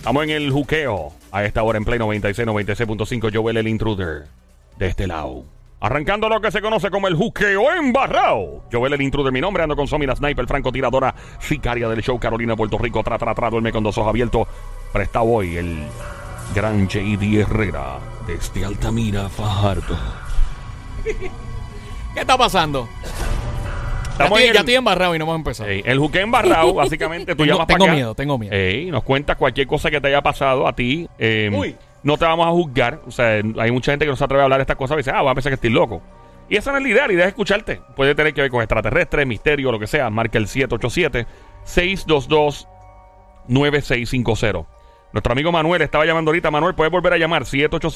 Estamos en el juqueo. A esta hora en Play 96, 96.5. Joel el Intruder. De este lado. Arrancando lo que se conoce como el juqueo embarrado. Joel el Intruder, mi nombre. Ando con Somi la Sniper, francotiradora, sicaria del show Carolina, Puerto Rico. Duerme con dos ojos abiertos. Presta hoy el gran J.D. Herrera. Desde Altamira, Fajardo. ¿Qué está pasando? Ya estoy embarrado y no hemos empezado. El juqueo embarrado, básicamente tú llamas para acá. Tengo miedo. Nos cuentas cualquier cosa que te haya pasado a ti. No te vamos a juzgar. O sea, hay mucha gente que no se atreve a hablar de estas cosas y dice, voy a pensar que estoy loco. Y esa no es la idea. La idea es escucharte. Puede tener que ver con extraterrestres, misterio, lo que sea. Marca el 787-622-9650. Nuestro amigo Manuel estaba llamando ahorita. Manuel, puedes volver a llamar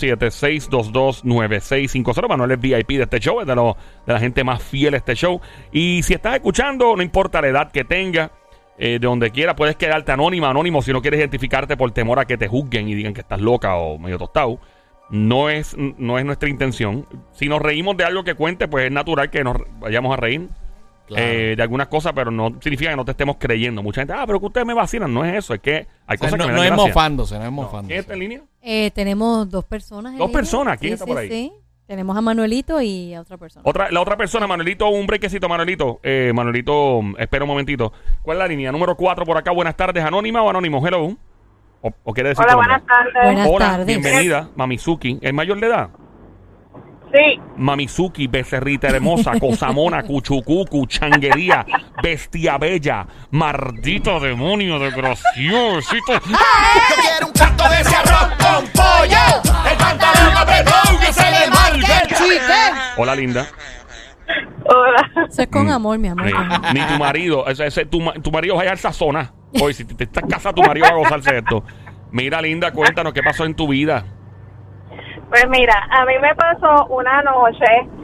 787-622-9650. Manuel es VIP de este show, es de la gente más fiel a este show. Y si estás escuchando, no importa la edad que tengas, de donde quiera, puedes quedarte anónimo si no quieres identificarte por temor a que te juzguen y digan que estás loca o medio tostado. No es nuestra intención. Si nos reímos de algo que cuente, pues es natural que nos vayamos a reír. Claro. De algunas cosas, pero no significa que no te estemos creyendo. Mucha gente, pero que ustedes me vacilan. No es eso, es que hay cosas que me dan gracia. No es mofándose. ¿Quién está en línea? Tenemos dos personas. ¿Dos personas? ¿Quién está por ahí? Sí. Tenemos a Manuelito y a otra persona. La otra persona, Manuelito, un brequecito, Manuelito. Manuelito, espera un momentito. ¿Cuál es la línea? Número 4 por acá. Buenas tardes, ¿anónima o anónimo? Hello. ¿O quiere decir? Hola, buenas tardes. Buenas tardes. Bienvenida, Mamizuki. ¿Es mayor de edad? Sí. Mamizuki, becerrita hermosa, cosamona, cuchucucu, changuería, bestia bella, maldito demonio de graciosito. Yo quiero un canto de ese arroz con pollo, el pantalón apretado que se le marque el chique. Hola, linda. Hola. Eso es con amor, mi amor. Ni tu marido, tu marido va a hallar sazona. Oye, si te estás casada, tu marido va a gozarse de esto. Mira, linda, cuéntanos qué pasó en tu vida. Pues mira, a mí me pasó una noche,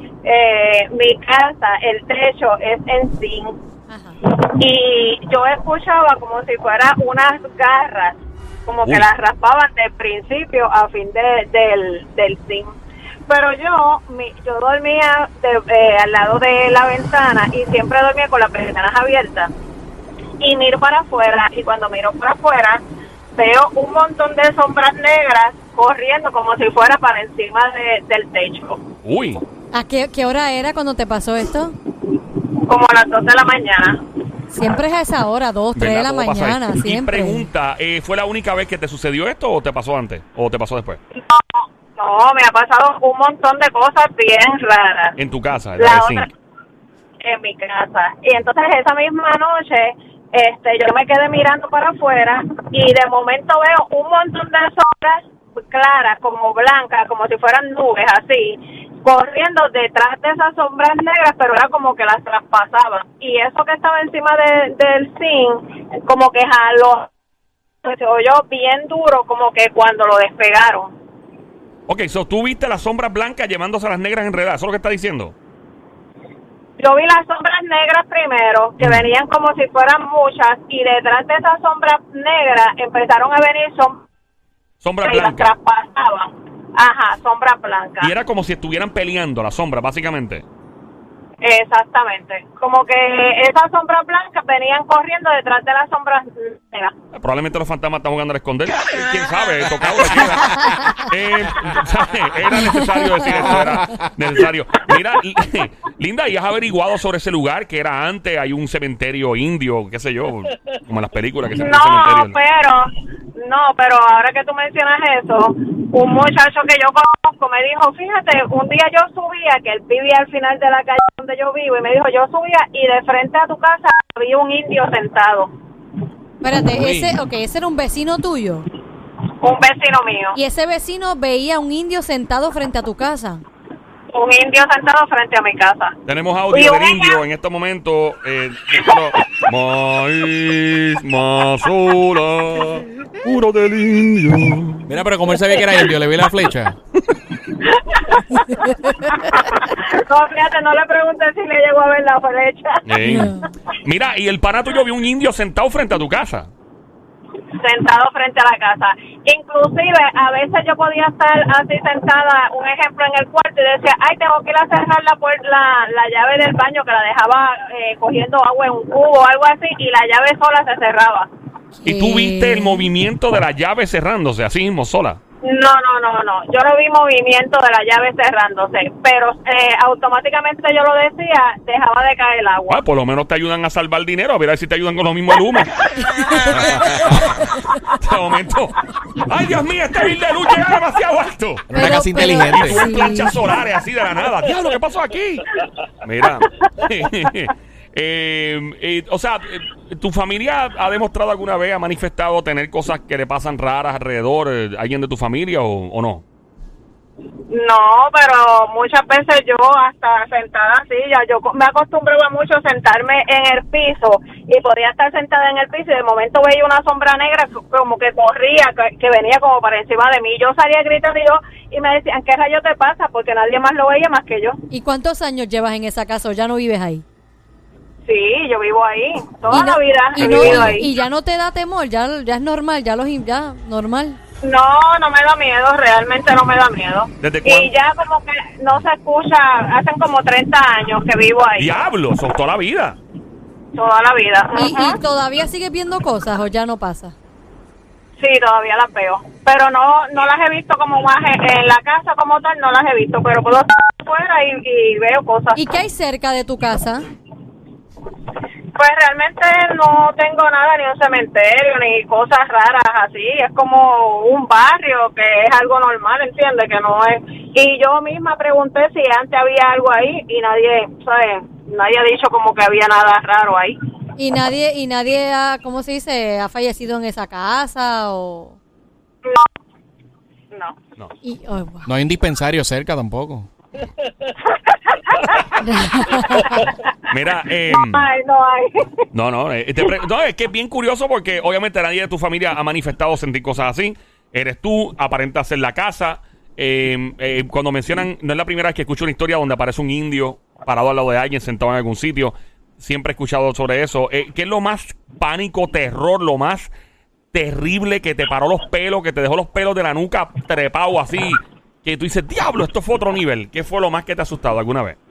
mi casa, el techo es en zinc. Ajá. Y yo escuchaba como si fuera unas garras, como que las raspaban de principio a fin del zinc. Pero yo dormía al lado de la ventana y siempre dormía con las ventanas abiertas. Y miro para afuera, y cuando miro para afuera veo un montón de sombras negras corriendo como si fuera para encima del techo. Uy. ¿A qué hora era cuando te pasó esto? Como a las 2 de la mañana. Siempre es a esa hora, 2, 3 de la mañana, siempre. Y pregunta, ¿fue la única vez que te sucedió esto o te pasó antes? ¿O te pasó después? No, me ha pasado un montón de cosas bien raras. ¿En tu casa? En mi casa. Y entonces esa misma noche yo me quedé mirando para afuera y de momento veo un montón de sombras claras, como blancas, como si fueran nubes, así, corriendo detrás de esas sombras negras, pero era como que las traspasaba. Y eso que estaba encima del zinc, como que jaló, se oyó bien duro, como que cuando lo despegaron. Ok, tú viste las sombras blancas llevándose a las negras enredadas, ¿eso es lo que está diciendo? Yo vi las sombras negras primero, que venían como si fueran muchas, y detrás de esas sombras negras empezaron a venir sombras blancas. Y las traspasaban. Ajá, sombras blancas. Y era como si estuvieran peleando las sombras, básicamente. Exactamente. Como que esas sombras blancas venían corriendo detrás de las sombras negras. Probablemente los fantasmas están jugando a esconder. ¿Quién sabe? Tocado era necesario decir eso, era necesario. Mira, linda, ¿y has averiguado sobre ese lugar que era antes? Hay un cementerio indio, qué sé yo, como en las películas que se ven cementerios. Pero ahora que tú mencionas eso, un muchacho que yo conozco me dijo, fíjate, un día yo subía, que él vivía al final de la calle donde yo vivo, y me dijo, yo subía y de frente a tu casa había un indio sentado. Espérate, ese era un vecino tuyo. Un vecino mío. ¿Y ese vecino veía un indio sentado frente a tu casa? Un indio sentado frente a mi casa. Tenemos audio del indio en estos momentos. Maíz, mazorra, puro del indio. Mira, pero como él sabía que era indio, le vi la flecha. No, fíjate, no le pregunté si le llegó a ver la flecha. Mira, y el pana tuyo vio un indio sentado frente a tu casa. Sentado frente a la casa. Inclusive, a veces yo podía estar así sentada, un ejemplo, en el cuarto y decía, ay, tengo que ir a cerrar la llave del baño, que la dejaba cogiendo agua en un cubo o algo así, y la llave sola se cerraba. ¿Y tú viste el movimiento de la llave cerrándose así mismo, sola? No. Yo no vi movimiento de la llave cerrándose, pero automáticamente yo lo decía, dejaba de caer el agua. Por lo menos te ayudan a salvar dinero, a ver si te ayudan con lo mismo el humo. De momento, ay Dios mío, este bill de luz llega demasiado alto. Una casa inteligente. Y tú en planchas solares así de la nada. Diablo, ¿qué pasó aquí? Mira. O sea, ¿tu familia ha demostrado alguna vez, ha manifestado tener cosas que le pasan raras alrededor? ¿Alguien de tu familia o no? No, pero muchas veces yo hasta sentada así, yo me acostumbraba mucho a sentarme en el piso y podía estar sentada en el piso y de momento veía una sombra negra como que corría, que venía como para encima de mí. Yo salía gritando y me decían, ¿qué rayos te pasa? Porque nadie más lo veía más que yo. ¿Y cuántos años llevas en esa casa o ya no vives ahí? Sí, yo vivo ahí, toda la vida he vivido ahí. ¿Y ya no te da temor? ¿Ya es normal? ¿Ya normal? No me da miedo, realmente no me da miedo. ¿Desde cuándo? Y ya como que no se escucha, hacen como 30 años que vivo ahí. ¡Diablo! Son toda la vida. Toda la vida. ¿Y todavía sigues viendo cosas o ya no pasa? Sí, todavía las veo. Pero no las he visto como más en la casa como tal, no las he visto. Pero puedo estar afuera y veo cosas. ¿Y qué hay cerca de tu casa? Pues realmente no tengo nada, ni un cementerio, ni cosas raras así. Es como un barrio que es algo normal, ¿entiendes? Que no es. Y yo misma pregunté si antes había algo ahí y nadie, ¿sabes? Nadie ha dicho como que había nada raro ahí. ¿Y nadie ha, ¿cómo se dice? ¿Ha fallecido en esa casa o...? No. Wow. No hay un dispensario cerca tampoco. Mira, No hay. No, es que es bien curioso porque obviamente nadie de tu familia ha manifestado sentir cosas así. Eres tú, aparenta ser la casa. Cuando mencionan, no es la primera vez que escucho una historia donde aparece un indio parado al lado de alguien, sentado en algún sitio. Siempre he escuchado sobre eso. ¿Qué es lo más pánico, terror, lo más terrible que te paró los pelos, que te dejó los pelos de la nuca trepado así? Que tú dices, diablo, esto fue otro nivel. ¿Qué fue lo más que te ha asustado alguna vez?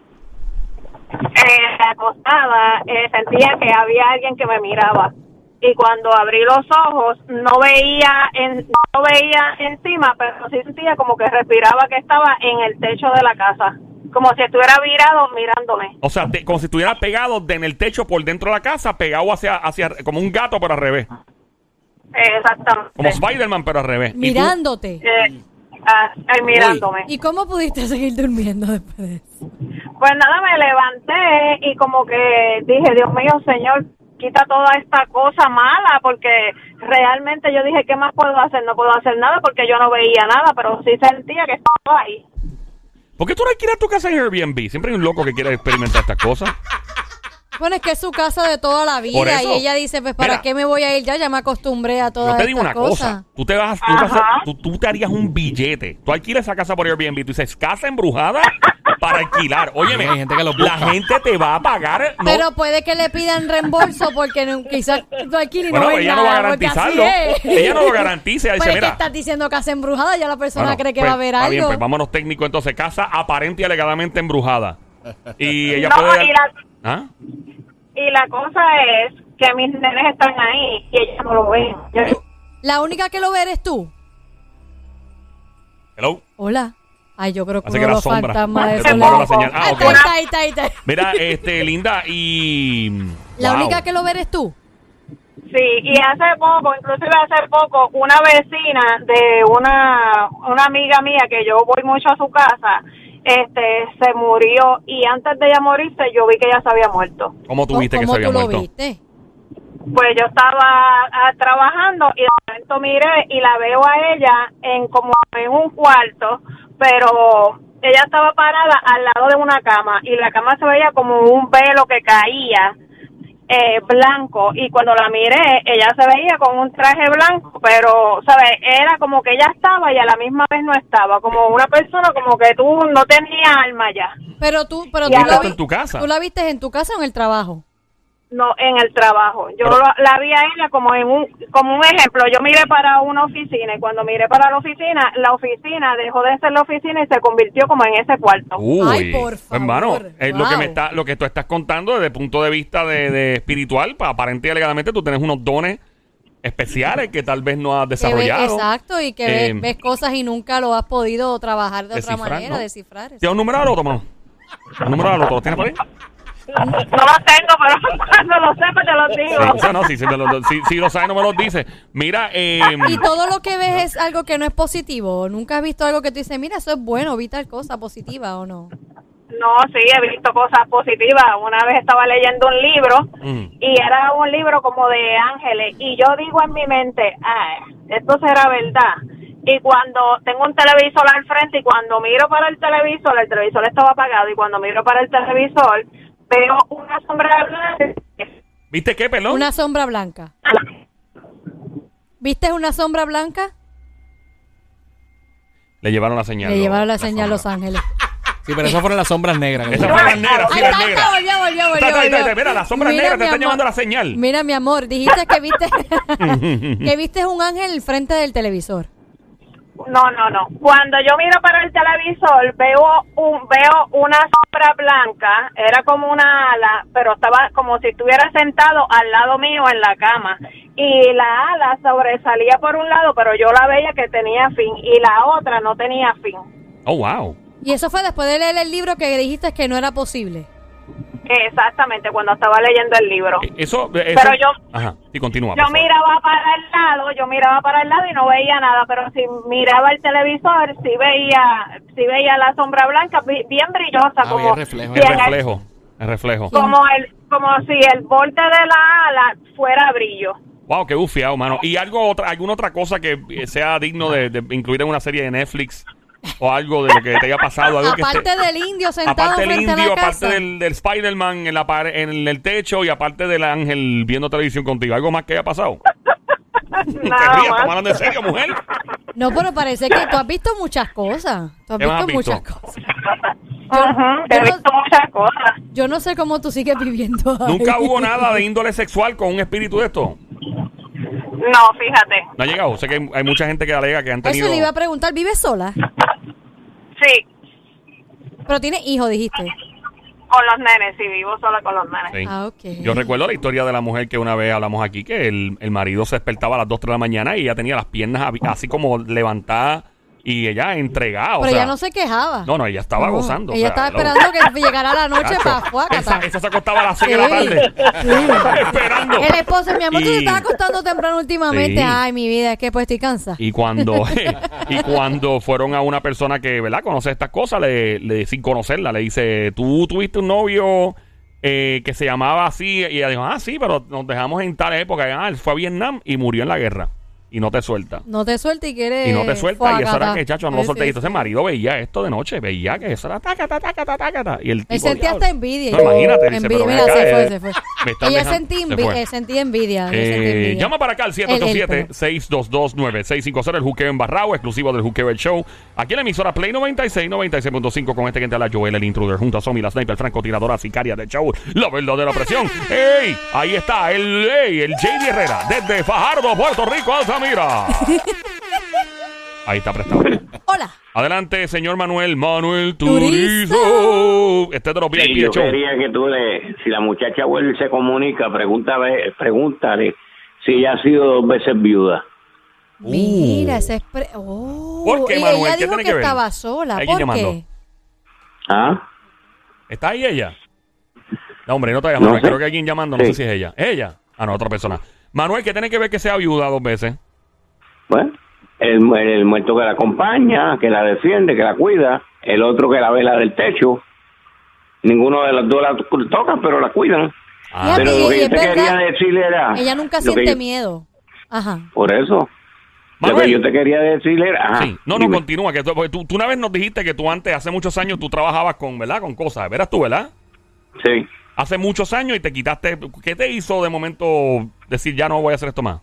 Acostada, sentía que había alguien que me miraba. Y cuando abrí los ojos, no veía encima, pero sí sentía como que respiraba que estaba en el techo de la casa. Como si estuviera virado mirándome. O sea, como si estuviera pegado en el techo por dentro de la casa, pegado hacia como un gato, pero al revés. Exactamente. Como Spider-Man, pero al revés. Mirándote. Mirándome. ¿Y cómo pudiste seguir durmiendo después de eso? Pues nada, me levanté y como que dije, Dios mío, Señor, quita toda esta cosa mala, porque realmente yo dije, ¿qué más puedo hacer? No puedo hacer nada porque yo no veía nada, pero sí sentía que estaba ahí. ¿Por qué tú no alquilas tu casa en Airbnb? Siempre hay un loco que quiere experimentar estas cosas. Bueno, es que es su casa de toda la vida y ella dice, pues, ¿para qué me voy a ir ya? Ya me acostumbré a todas estas cosas. Yo te digo una cosa, tú te harías un billete. Tú alquilas esa casa por Airbnb, tú dices, casa embrujada para alquilar. Óyeme, hay gente que lo busca. La gente te va a pagar. No. Pero puede que le pidan reembolso porque quizás tú alquiles y bueno, no ves ella nada, no va a garantizarlo. Ella no lo garantiza. Ella dice, pero mira, es que estás diciendo casa embrujada, ya la persona cree que pues, va a haber está algo. bien, pues vámonos técnico entonces. Casa aparente y alegadamente embrujada. Y ella No, puede... ¿Ah? Y la cosa es que mis nenes están ahí y ellos no lo ven. ¿La única que lo ve eres tú? Hello. Hola. Ay, yo creo que Así uno que de la los sombra. fantasmas de Te eso tumbaron la señal. Ah, ok. Ahí está. Mira, Linda, y... ¿La wow. única que lo ve eres tú? Sí, y inclusive hace poco, una vecina de una amiga mía que yo voy mucho a su casa, se murió y antes de ella morirse yo vi que ella se había muerto. ¿Cómo tú viste que se había ¿Cómo tú muerto? lo viste? Pues yo estaba trabajando y de momento miré y la veo a ella como en un cuarto, pero ella estaba parada al lado de una cama y la cama se veía como un velo que caía blanco, y cuando la miré ella se veía con un traje blanco, pero sabes, era como que ella estaba y a la misma vez no estaba, como una persona como que tú no tenías alma ya. Pero tú en tu casa. ¿Tú la viste en tu casa o en el trabajo? No, en el trabajo. Yo la vi a ella como como un ejemplo. Yo miré para una oficina y cuando miré para la oficina dejó de ser la oficina y se convirtió como en ese cuarto. Ay, por favor. Hermano, es Wow. lo que tú estás contando desde el punto de vista de espiritual, aparente y alegadamente tú tienes unos dones especiales que tal vez no has desarrollado. Exacto, y que ves cosas y nunca lo has podido trabajar de otra manera, ¿no? descifrar. ¿Tienes un número de loto, mano? ¿Un número de loto lo tienes por ahí? No lo tengo, pero cuando lo sepa te lo digo. Sí, no, si lo sabes no me lo dices. Mira, y todo lo que ves es algo que no es positivo. ¿Nunca has visto algo que tú dices, mira, eso es bueno, vi tal cosa positiva o no? No, sí, he visto cosas positivas. Una vez estaba leyendo un libro y era un libro como de ángeles y yo digo en mi mente, esto será verdad. Y cuando tengo un televisor al frente y cuando miro para el televisor estaba apagado y cuando miro para el televisor veo una sombra blanca. ¿Viste qué, perdón? Una sombra blanca. ¿Viste una sombra blanca? Le llevaron la señal. Le llevaron la señal a Los Ángeles. Sí, pero esas fueron las sombras negras. Esas fueron las negras, sí, las negras. Volvió. Mira, las sombras negras te están llevando la señal. Mira, mi amor, dijiste que viste que viste un ángel al frente del televisor. No. Cuando yo miro para el televisor veo una sombra blanca, era como una ala, pero estaba como si estuviera sentado al lado mío en la cama. Y la ala sobresalía por un lado, pero yo la veía que tenía fin y la otra no tenía fin. Oh, wow. Y eso fue después de leer el libro que dijiste que no era posible. Exactamente, cuando estaba leyendo el libro. Eso. Pero yo. Ajá, sí, continúa. Yo miraba para el lado y no veía nada, pero si miraba el televisor, sí veía la sombra blanca bien brillosa, como el reflejo. El reflejo. Como si el borde de la ala fuera brillo. Wow, qué bufiado, mano. ¿Y alguna otra cosa que sea digno de incluir en una serie de Netflix? O algo de lo que te haya pasado. Algo aparte que del indio sentado frente a la casa. Aparte del Spider-Man en la pared, en el techo y aparte del ángel viendo televisión contigo. ¿Algo más que haya pasado? ¿Te rías? ¿Estamos hablando en serio, mujer? No, pero parece que tú has visto muchas cosas. Tú has visto muchas cosas. He visto muchas cosas. Yo no sé cómo tú sigues viviendo ahí. ¿Nunca hubo nada de índole sexual con un espíritu de esto? No, fíjate. ¿No ha llegado? Sé que hay mucha gente que alega que han tenido... Eso le iba a preguntar, ¿vives sola? Sí. Pero tienes hijos, dijiste. Con los nenes, sí, vivo sola con los nenes. Sí. Ah, ok. Yo recuerdo la historia de la mujer que una vez hablamos aquí, que el marido se despertaba a las 2, 3 de la mañana y ella tenía las piernas así como levantadas y ella entregada. Pero ella no se quejaba. No, ella estaba gozando. Ella estaba esperando que llegara la noche para fuácata. Esa se acostaba a las 6 de la tarde. Esperando. El esposo, mi amor, tú te estás acostando temprano últimamente. Sí. Ay, mi vida, es que pues estoy cansada. Y cuando fueron a una persona que, ¿verdad?, conoce estas cosas, sin conocerla, le dice, ¿tú tuviste un novio que se llamaba así? Y ella dijo, sí, pero nos dejamos en tal época. Él fue a Vietnam y murió en la guerra. Y no te suelta. No te suelta y quiere... Y no te suelta. Y eso era que, chacho, no lo solté. Y entonces sí. el marido veía esto de noche. Veía que eso era taca. Y el tipo, Él sentía hasta envidia. No, imagínate. Dice, Envidia. pero Mira, se fue. Ella sentía envidia. Llama para acá al 787-622-9650. El juqueo embarrado, exclusivo del Juqueo El Show. Aquí en la emisora Play 96.5 con este que te habla Joel, el intruder, junto a Somi, la sniper, francotiradora, sicaria del show, la verdadera presión. ¡Ey! Ahí está el JD Herrera, desde Fajardo, Puerto Rico, Altamira. Ahí está prestado. Hola. Adelante, señor Manuel Turizo. Este es de los VIP yo show. quería que si la muchacha vuelve y se comunica, pregúntale si ella ha sido 2 veces viuda. Mira, ese es... ¿Por qué, y Manuel? ella ¿Qué dijo tiene que que ver? estaba sola. ¿Hay ¿Por quién qué? llamando? ¿Ah? ¿Está ahí ella? No, hombre, no está llamando. No sé. Creo que hay alguien llamando. No Sí. sé si es ella. ¿Es ella? No, otra persona. Manuel, ¿qué tiene que ver que sea viuda 2 veces? Bueno, el muerto que la acompaña, que la defiende, que la cuida, el otro que la vela del techo. Ninguno de los dos la toca, pero la cuidan. Fíjate, Pero lo que y yo es te quería verdad, decirle era... ella nunca lo que siente yo- miedo. Ajá. Por eso. Lo Manuel. que yo te quería decirle era... Sí. No, dime. continúa. Que porque tú una vez nos dijiste que tú antes, hace muchos años, tú trabajabas ¿verdad? Con cosas. ¿Verás tú, verdad? Sí. Hace muchos años y te quitaste. ¿Qué te hizo de momento decir ya no voy a hacer esto más?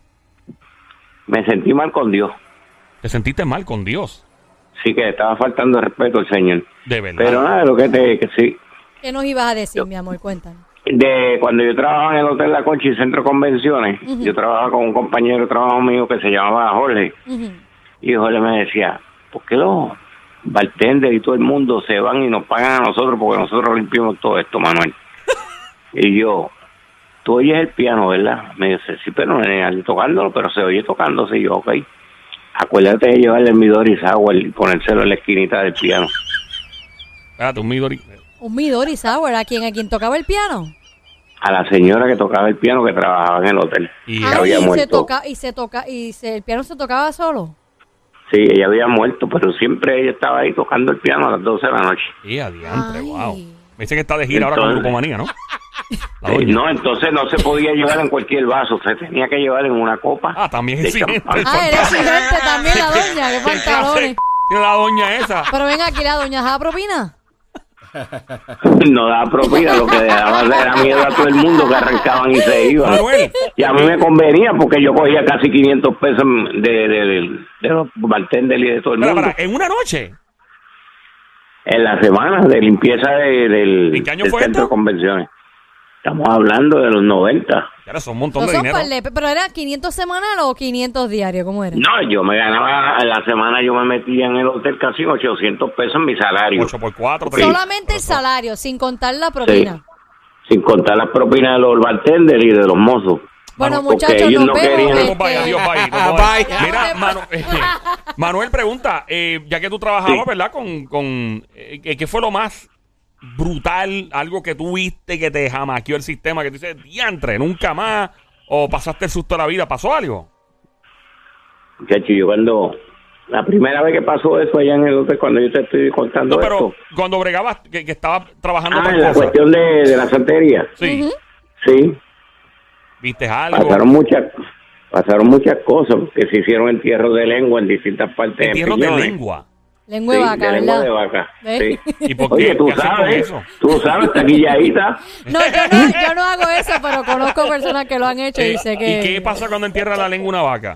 Me sentí mal con Dios. Te sentiste mal con Dios. Sí, que estaba faltando el respeto al Señor. De verdad. Pero nada, lo que sí. ¿Qué nos ibas a decir, mi amor? Cuéntanos. De cuando yo trabajaba en el Hotel La Concha y Centro de Convenciones, yo trabajaba con un compañero de trabajo mío que se llamaba Jorge. Y Jorge me decía, ¿por qué los bartenders y todo el mundo se van y nos pagan a nosotros porque nosotros limpiamos todo esto, Manuel? Y yo, tú oyes el piano, ¿verdad? Me dice, sí, pero no es tocándolo, pero se oye tocándose. Y yo, ok. Acuérdate de llevarle el Midori Sour y ponérselo en la esquinita del piano. Espérate, un Midori. Un Midori Sour, ¿a quién tocaba el piano? A la señora que tocaba el piano que trabajaba en el hotel. Y había muerto. El piano se tocaba solo. Sí, ella había muerto, pero siempre ella estaba ahí tocando el piano a las 12 de la noche. Y adiante, wow. Me dice que está de gira ahora con Grupo Manía, ¿no? No, entonces no se podía llevar en cualquier vaso, se tenía que llevar en una copa. Ah, también es exigente. Era exigente también la doña, qué pantalones. Tiene la doña esa. Pero ven aquí, la doña daba propina. No daba propina, lo que daba era miedo a todo el mundo que arrancaban y se iban. Manuel. Y a mí me convenía porque yo cogía casi 500 pesos de los bartenders y de todo el mundo. ¿En una noche? En la semana de limpieza del ¿Qué año fue centro esto? de convenciones. Estamos hablando de los 90. Claro, son un montón de dinero. ¿Pero era 500 semanal o 500 diarios? ¿Cómo era? No, yo me ganaba, en la semana yo me metía en el hotel casi 800 pesos en mi salario. 8 por 4. Solamente el salario, sin contar la propina. Sí, sin contar las propinas de los bartenders y de los mozos. Bueno, Porque muchachos, ellos nos no vemos. querían. Vaya, Dios, Bye. Mira, Manuel pregunta, ya que tú trabajabas, Sí. ¿verdad? ¿Qué fue lo más brutal, algo que tú viste que te jamaqueó el sistema, que tú dices, diantre, nunca más, o pasaste el susto de la vida, pasó algo? Muchacho, yo la primera vez que pasó eso allá en el hotel, cuando yo te estoy contando No, pero esto. cuando bregabas, que estabas trabajando En otra la cosa. cuestión de la santería. Sí. Sí, ¿Viste algo? pasaron muchas cosas, porque se hicieron entierros de lengua en distintas partes Entierro de de Piñones. lengua. Lengua de Sí, vaca, de lengua ¿verdad? de vaca. ¿Ves? Sí. ¿Y por qué? Oye, tú ¿Qué hacen con sabes, eso? taquilladita. No, yo no hago eso, pero conozco personas que lo han hecho y sé que... ¿Y qué pasa cuando entierra la lengua una vaca?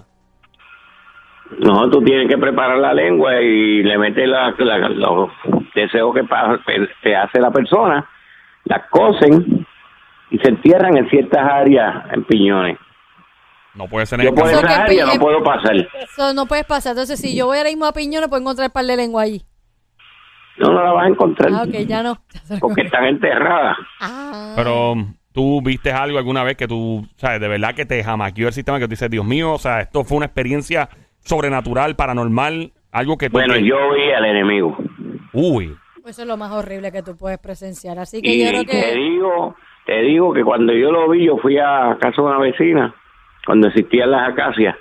No, tú tienes que preparar la lengua y le metes los deseos que te hace la persona, las cosen y se entierran en ciertas áreas en Piñones. No puede ser en Yo el por campo. esa área no puedo pasar. Eso no puedes pasar. Entonces, si yo voy ahora mismo a Piñones, puedo encontrar un par de lengua allí. No la vas a encontrar. Ah, ok, ya no. Porque están enterradas. Ah. Pero tú viste algo alguna vez que tú, sabes, de verdad que te jamaqueó el sistema, que tú dices, Dios mío, o sea, esto fue una experiencia sobrenatural, paranormal, algo que tú... Bueno, yo vi al enemigo. Uy. Eso es lo más horrible que tú puedes presenciar. Así que Y yo creo que... te digo que cuando yo lo vi, yo fui a casa de una vecina, cuando existían las acacias.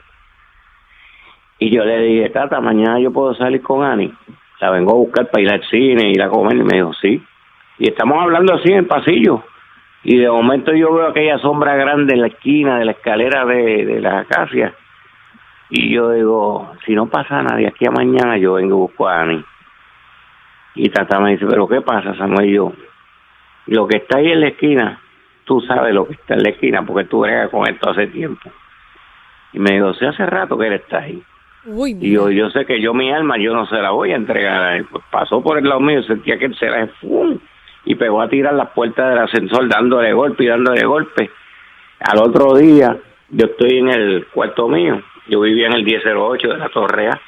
Y yo le dije, Tata, mañana yo puedo salir con Ani. La vengo a buscar para ir al cine, ir a comer. Y me dijo, sí. Y estamos hablando así en el pasillo. Y de momento yo veo aquella sombra grande en la esquina de la escalera de las acacias. Y yo digo, si no pasa nadie aquí a mañana, yo vengo y busco a Ani. Y Tata me dice, ¿pero qué pasa, Samuel? Y yo, lo que está ahí en la esquina, tú sabes lo que está en la esquina, porque tú bregas con esto hace tiempo. Y me dijo, sí, hace rato que él está ahí. Uy, Y yo sé que yo mi alma, yo no se la voy a entregar a él. Pues pasó por el lado mío, sentía que él se la ¡fum! Y pegó a tirar las puertas del ascensor, dándole golpe y dándole golpe. Al otro día, yo estoy en el cuarto mío. Yo vivía en el 1008 de la Torre A.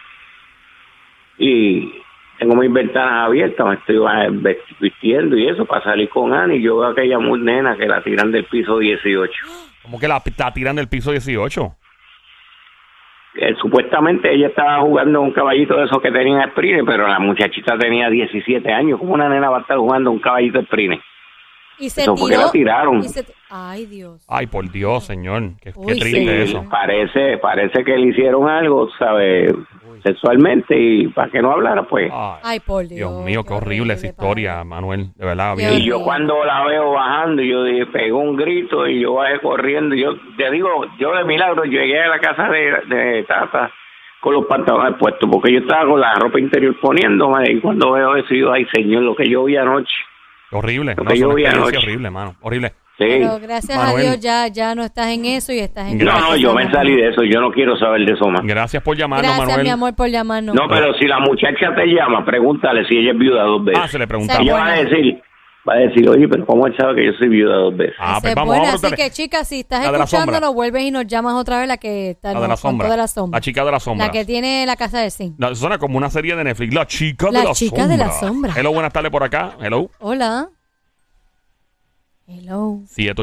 Y tengo mis ventanas abiertas, me estoy vistiendo y eso para salir con Ani. Yo veo a aquella muy nena que la tiran del piso 18. ¿Cómo que la tiran del piso 18? Supuestamente ella estaba jugando un caballito de esos que tenía sprint, pero la muchachita tenía 17 años. ¿Cómo una nena va a estar jugando un caballito sprint? Y se Eso fue que la tiraron. Ay, Dios. Ay, por Dios, señor. Qué Uy, triste sí. eso. Parece que le hicieron algo, ¿sabes? Sexualmente, y para que no hablara, pues. Ay, por Dios. Dios mío, qué horrible esa historia, Manuel. De verdad, Qué bien. Y yo cuando la veo bajando, yo dije, pegó un grito y yo bajé corriendo. Yo te digo, yo de milagro llegué a la casa de Tata con los pantalones puestos, porque yo estaba con la ropa interior poniéndome, y cuando veo eso, yo, ay, señor, lo que yo vi anoche. Horrible. Lo No, que es yo una vi experiencia anoche. horrible, mano. Horrible. Sí. Pero gracias Manuel. a Dios ya no estás en eso y estás en... No, yo me salí de eso, yo no quiero saber de eso más. Gracias por llamarnos, Gracias, Manuel. mi amor, por llamarnos. No, pero si la muchacha te llama, pregúntale si ella es viuda 2 veces. Se le preguntamos. Ella va a decir, oye, pero ¿cómo él sabe que yo soy viuda 2 veces? Ah, pues Esa es vamos, buena, vamos a así preguntarle. que chicas, si estás La de la sombra. escuchándonos, vuelves y nos llamas otra vez la que está La de la sombra. de la sombra. La chica de la sombra. La que tiene la casa de zinc. No, suena como una serie de Netflix. La chica de La la chica sombra. de la sombra. Hello, buenas tardes por acá. Hello. Hola. Hello.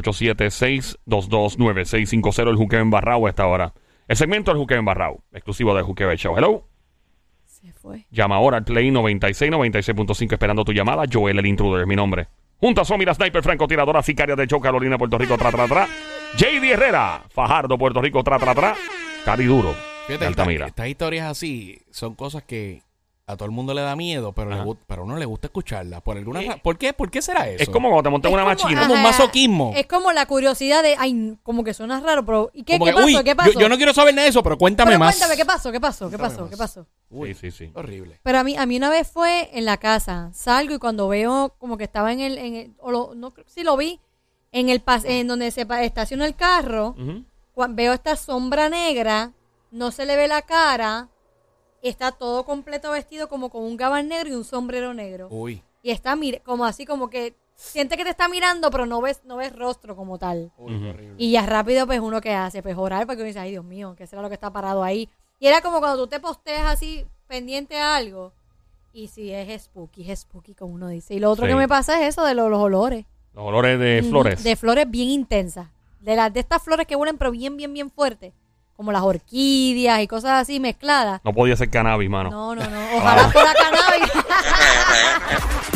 787-622-9650. El Juqueo Embarrado a esta hora. El segmento del Juqueo Embarrado, exclusivo de Juqueo Show. Hello. Se fue. Llama ahora al Play 96.5 esperando tu llamada. Joel el Intruder es mi nombre. Junto a Somi, la sniper francotiradora, sicaria de show, Carolina, Puerto Rico, tra. JD Herrera, Fajardo, Puerto Rico, tra. Cari Duro, fíjate, Altamira. Estas historias así son cosas que a todo el mundo le da miedo, pero a uno le gusta escucharlas. ¿Por qué? ¿Por qué será eso? Es como cuando te montan una máquina. Como un masoquismo. Es como la curiosidad de, ay, como que suena raro, pero ¿y qué pasó? ¿Qué pasó? Yo no quiero saber nada de eso, pero cuéntame más. Cuéntame, ¿qué pasó? Uy, sí. Horrible. Pero a mí una vez fue en la casa. Salgo y cuando veo como que estaba no creo si lo vi, en donde se estaciona el carro, veo esta sombra negra, no se le ve la cara. Está todo completo vestido como con un gabán negro y un sombrero negro. Uy. Y está como así como que siente que te está mirando, pero no ves rostro como tal. Uy, horrible. Y ya rápido pues uno que hace, pues orar porque uno dice, ay Dios mío, ¿qué será lo que está parado ahí? Y era como cuando tú te posteas así pendiente a algo. Y sí, es spooky como uno dice. Y lo otro que me pasa es eso de los olores. Los olores de flores. De flores bien intensas. De estas flores que huelen pero bien, bien, bien fuerte. Como las orquídeas y cosas así mezcladas. No podía ser cannabis, mano. No. Ojalá fuera cannabis.